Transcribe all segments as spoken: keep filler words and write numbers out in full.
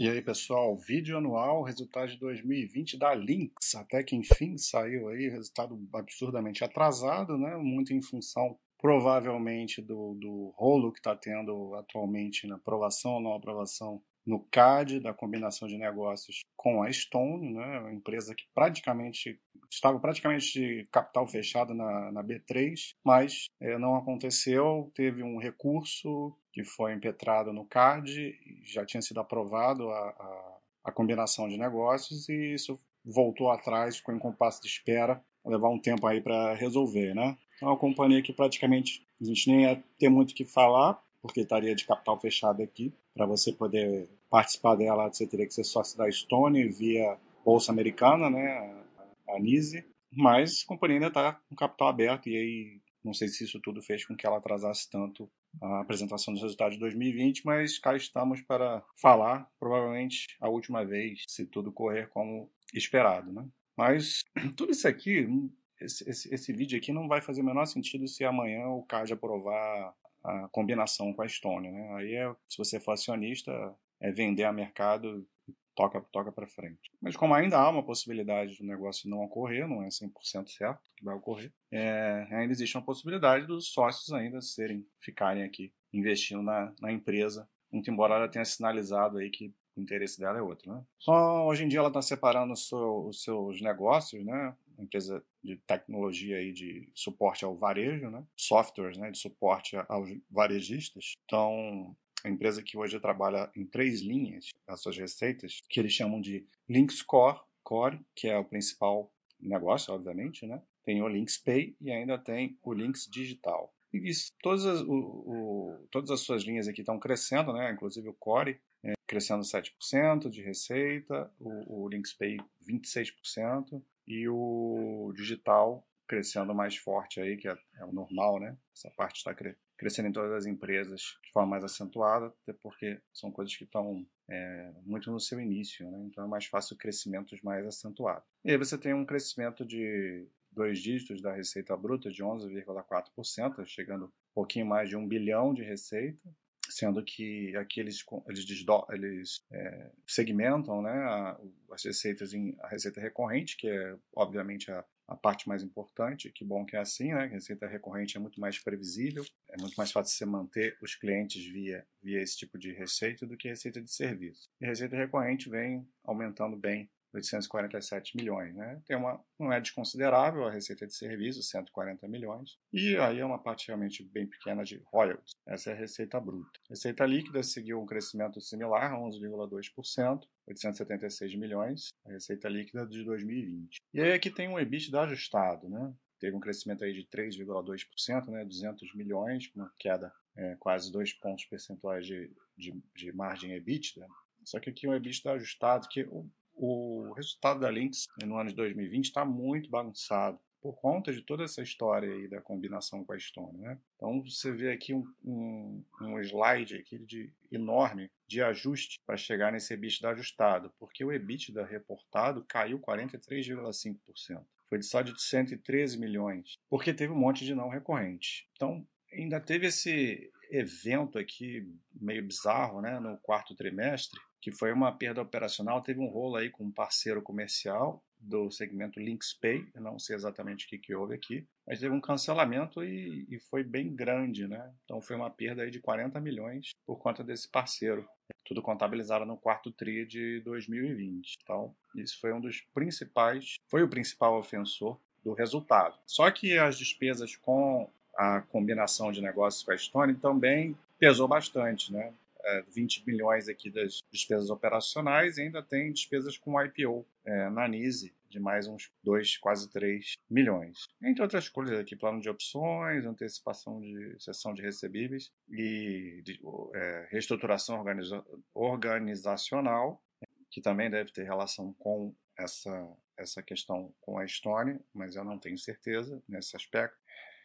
E aí, pessoal, vídeo anual, resultado de dois mil e vinte da Lynx, até que enfim saiu aí, resultado absurdamente atrasado, né? Muito em função, provavelmente, do, do rolo que está tendo atualmente na aprovação ou não aprovação no C A D, da combinação de negócios com a Stone, né? Uma empresa que praticamente estava praticamente de capital fechado na, na B três, mas é, não aconteceu, teve um recurso que foi impetrado no C A D, já tinha sido aprovado a, a, a combinação de negócios e isso voltou atrás, ficou em compasso de espera, vai levar um tempo aí para resolver, né? Então, é uma companhia que praticamente a gente nem ia ter muito o que falar, porque estaria de capital fechado aqui. Para você poder participar dela, você teria que ser sócio da Stone via Bolsa Americana, né? A Nise. Mas a companhia ainda está com capital aberto e aí não sei se isso tudo fez com que ela atrasasse tanto a apresentação dos resultados de dois mil e vinte, mas cá estamos para falar, provavelmente a última vez, se tudo correr como esperado, né? Mas tudo isso aqui, esse, esse, esse vídeo aqui não vai fazer o menor sentido se amanhã o C A D aprovar a combinação com a Stone, né? Aí, é, se você for acionista, é vender a mercado e toca, toca para frente. Mas como ainda há uma possibilidade do negócio não ocorrer, não é cem por cento certo que vai ocorrer, é, ainda existe uma possibilidade dos sócios ainda serem, ficarem aqui investindo na, na empresa, muito embora ela tenha sinalizado aí que o interesse dela é outro, né? Só hoje em dia ela está separando seu, os seus negócios, né? Uma empresa de tecnologia aí de suporte ao varejo, né? Softwares, né? De suporte aos varejistas. Então, a empresa que hoje trabalha em três linhas, as suas receitas, que eles chamam de Lynx Core, Core, que é o principal negócio, obviamente, né? Tem o Lynx Pay e ainda tem o Lynx Digital. E isso, todas, as, o, o, todas as suas linhas aqui estão crescendo, né? Inclusive o Core é, crescendo sete por cento de receita, o, o Lynx Pay vinte e seis por cento e o Digital crescendo mais forte aí, que é, é o normal, né? Essa parte está cre crescendo em todas as empresas de forma mais acentuada, até porque são coisas que estão é, muito no seu início, né? Então é mais fácil crescimentos mais acentuados. E aí você tem um crescimento de dois dígitos da receita bruta de onze vírgula quatro por cento, chegando um pouquinho mais de um bilhão de receita, sendo que aqui eles, eles, desdo, eles é, segmentam, né, a, as receitas em a receita recorrente, que é obviamente a, a parte mais importante. Que bom que é assim, né? A receita recorrente é muito mais previsível, é muito mais fácil você manter os clientes via, via esse tipo de receita do que receita de serviço. E a receita recorrente vem aumentando bem, oitocentos e quarenta e sete milhões, né? Tem uma, não é desconsiderável a receita de serviço, cento e quarenta milhões, e aí é uma parte realmente bem pequena de royalties. Essa é a receita bruta. Receita líquida seguiu um crescimento similar, onze vírgula dois por cento, oitocentos e setenta e seis milhões, a receita líquida de dois mil e vinte. E aí aqui tem um EBITDA ajustado, né? Teve um crescimento aí de três vírgula dois por cento, né? duzentos milhões, uma queda é, quase dois pontos percentuais de, de, de margem EBITDA. Só que aqui o EBITDA ajustado, que o o resultado da Lynx no ano de dois mil e vinte está muito bagunçado por conta de toda essa história aí da combinação com a Stone, né? Então você vê aqui um, um, um slide aqui de, enorme de ajuste para chegar nesse EBITDA ajustado, porque o EBITDA reportado caiu quarenta e três vírgula cinco por cento. Foi de só de cento e treze milhões, porque teve um monte de não recorrente. Então ainda teve esse evento aqui meio bizarro, né, no quarto trimestre, que foi uma perda operacional. Teve um rolo aí com um parceiro comercial do segmento Lynx Pay, eu não sei exatamente o que, que houve aqui, mas teve um cancelamento e, e foi bem grande, né? Então foi uma perda aí de quarenta milhões por conta desse parceiro. Tudo contabilizado no quarto tri de dois mil e vinte. Então, isso foi um dos principais, foi o principal ofensor do resultado. Só que as despesas com a combinação de negócios com a Stone também pesou bastante, né? É, vinte milhões aqui das despesas operacionais e ainda tem despesas com I P O é, na Nise de mais uns dois, quase três milhões. Entre outras coisas aqui, plano de opções, antecipação de cessão de recebíveis e de, é, reestruturação organiza organizacional, que também deve ter relação com essa, essa questão com a Stone, mas eu não tenho certeza nesse aspecto.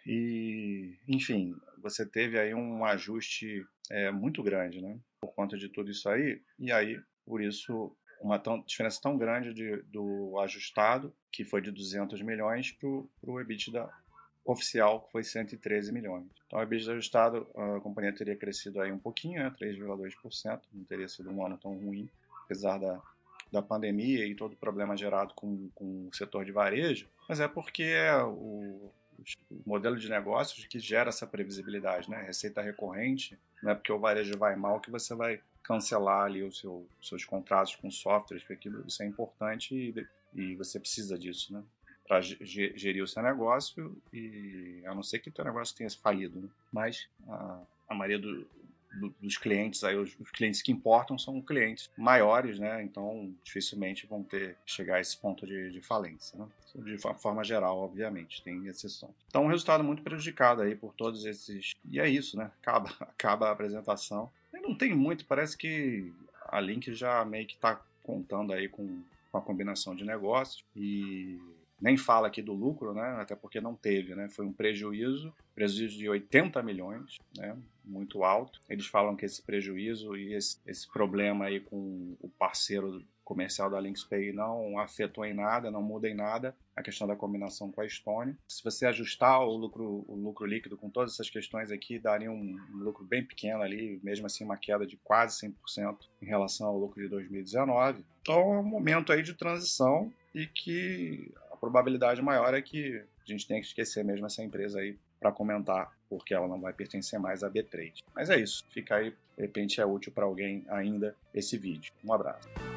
E, enfim, você teve aí um ajuste é, muito grande, né? Por conta de tudo isso aí. E aí, por isso, uma tão, diferença tão grande de, do ajustado, que foi de duzentos milhões, para o EBITDA oficial, que foi cento e treze milhões. Então, o EBITDA ajustado, a companhia teria crescido aí um pouquinho, né? três vírgula dois por cento. Não teria sido um ano tão ruim. apesar da, da pandemia e todo o problema gerado com, com o setor de varejo, mas é porque é o, o modelo de negócios que gera essa previsibilidade, né? Receita recorrente, não é porque o varejo vai mal que você vai cancelar ali os seu, seus contratos com softwares, porque aquilo, isso é importante e, e você precisa disso, né? Para gerir o seu negócio, e a não ser que o teu negócio tenha falido, né? Mas a, a maioria do, do, dos clientes, aí, os, os clientes que importam são clientes maiores, né? Então dificilmente vão ter chegar a esse ponto de, de falência, né? De forma geral, obviamente, tem exceção. Então um resultado muito prejudicado aí por todos esses, e é isso, né? Acaba, acaba a apresentação. E não tem muito, parece que a Link já meio que está contando aí com, com a combinação de negócios e nem fala aqui do lucro, né? Até porque não teve, né? Foi um prejuízo, prejuízo de oitenta milhões, né? Muito alto. Eles falam que esse prejuízo e esse, esse problema aí com o parceiro comercial da LynxPay não afetou em nada, não muda em nada a questão da combinação com a Stone. Se você ajustar o lucro, o lucro líquido com todas essas questões aqui, daria um, um lucro bem pequeno ali, mesmo assim uma queda de quase cem por cento em relação ao lucro de dois mil e dezenove. Então é um momento aí de transição e que a probabilidade maior é que a gente tenha que esquecer mesmo essa empresa aí para comentar, porque ela não vai pertencer mais à B três. Mas é isso, fica aí, de repente é útil para alguém ainda esse vídeo. Um abraço.